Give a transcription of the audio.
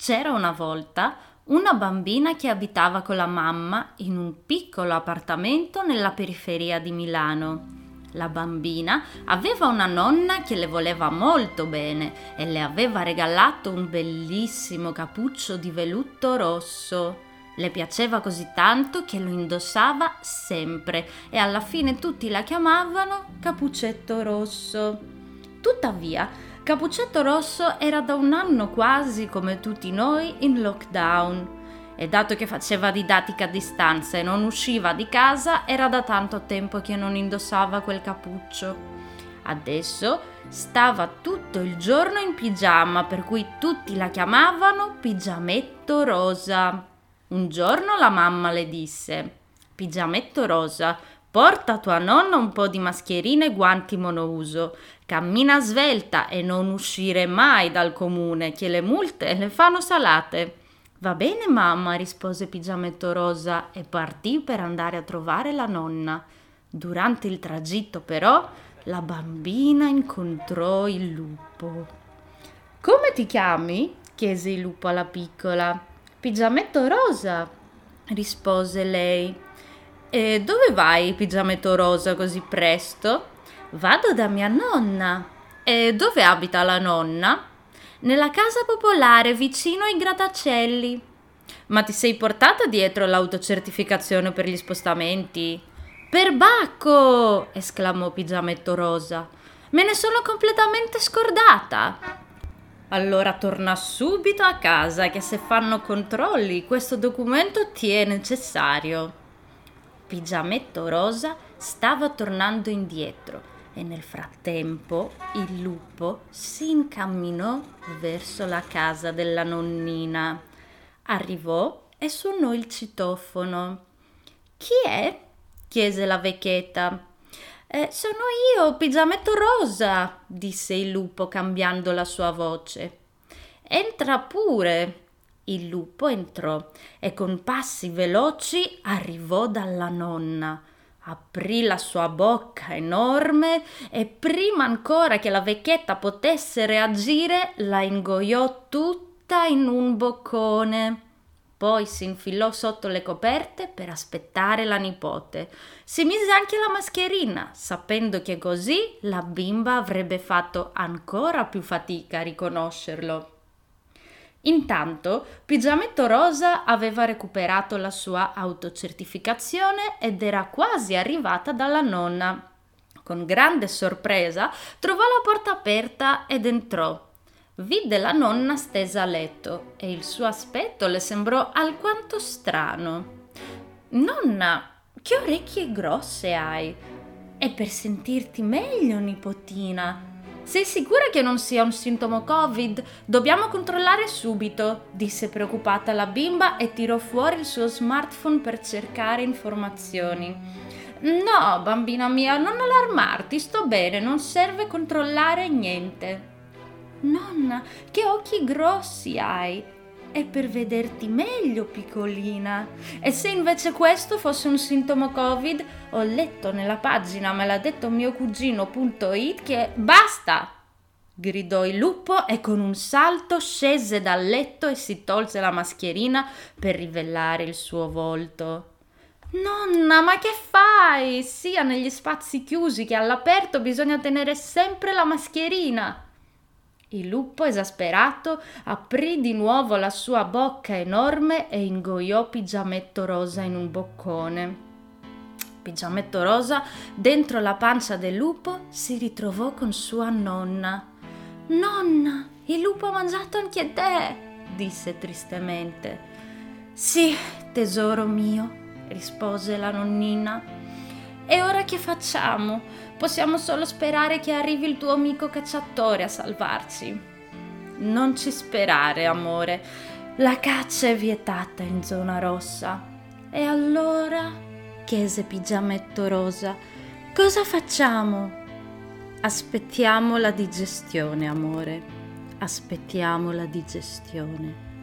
C'era una volta una bambina che abitava con la mamma in un piccolo appartamento nella periferia di Milano. La bambina aveva una nonna che le voleva molto bene e le aveva regalato un bellissimo cappuccio di velluto rosso. Le piaceva così tanto che lo indossava sempre e alla fine tutti la chiamavano Cappuccetto Rosso. Tuttavia, Cappuccetto Rosso era da un anno quasi come tutti noi in lockdown e dato che faceva didattica a distanza e non usciva di casa, era da tanto tempo che non indossava quel cappuccio. Adesso stava tutto il giorno in pigiama, per cui tutti la chiamavano Pigiametto Rosa. Un giorno la mamma le disse: Pigiametto Rosa, porta a tua nonna un po' di mascherine e guanti monouso. Cammina svelta e non uscire mai dal comune, che le multe le fanno salate. Va bene, mamma, rispose Pigiametto Rosa e partì per andare a trovare la nonna. Durante il tragitto, però, la bambina incontrò il lupo. Come ti chiami? Chiese il lupo alla piccola. Pigiametto Rosa, rispose lei. E dove vai, Pigiametto Rosa, così presto? Vado da mia nonna. E dove abita la nonna? Nella casa popolare vicino ai grattacieli. Ma ti sei portata dietro l'autocertificazione per gli spostamenti? Perbacco! Esclamò Pigiametto Rosa. Me ne sono completamente scordata. Allora torna subito a casa che se fanno controlli questo documento ti è necessario. Pigiametto Rosa stava tornando indietro e nel frattempo il lupo si incamminò verso la casa della nonnina. Arrivò e suonò il citofono. Chi è? Chiese la vecchietta. Sono io, Pigiametto Rosa, disse il lupo cambiando la sua voce. Entra pure. Il lupo entrò e con passi veloci arrivò dalla nonna. Aprì la sua bocca enorme e prima ancora che la vecchietta potesse reagire la ingoiò tutta in un boccone. Poi si infilò sotto le coperte per aspettare la nipote. Si mise anche la mascherina, sapendo che così la bimba avrebbe fatto ancora più fatica a riconoscerlo. Intanto, Pigiametto Rosa aveva recuperato la sua autocertificazione ed era quasi arrivata dalla nonna. Con grande sorpresa trovò la porta aperta ed entrò. Vide la nonna stesa a letto e il suo aspetto le sembrò alquanto strano. Nonna, che orecchie grosse hai! È per sentirti meglio, nipotina. Sei sicura che non sia un sintomo Covid? Dobbiamo controllare subito, disse preoccupata la bimba e tirò fuori il suo smartphone per cercare informazioni. No, bambina mia, non allarmarti, sto bene, non serve controllare niente. Nonna, che occhi grossi hai! È per vederti meglio, piccolina. E se invece questo fosse un sintomo Covid, ho letto nella pagina me l'ha detto mio cugino.it che basta! Gridò il lupo e con un salto scese dal letto e si tolse la mascherina per rivelare il suo volto. Nonna, ma che fai? Sia negli spazi chiusi che all'aperto bisogna tenere sempre la mascherina. Il lupo, esasperato, aprì di nuovo la sua bocca enorme e ingoiò Pigiametto Rosa in un boccone. Pigiametto Rosa, dentro la pancia del lupo, si ritrovò con sua nonna. Nonna, il lupo ha mangiato anche te, disse tristemente. Sì, tesoro mio, rispose la nonnina. E ora che facciamo? Possiamo solo sperare che arrivi il tuo amico cacciatore a salvarci. Non ci sperare, amore. La caccia è vietata in zona rossa. E allora? Chiese Pigiametto Rosa. Cosa facciamo? Aspettiamo la digestione, amore. Aspettiamo la digestione.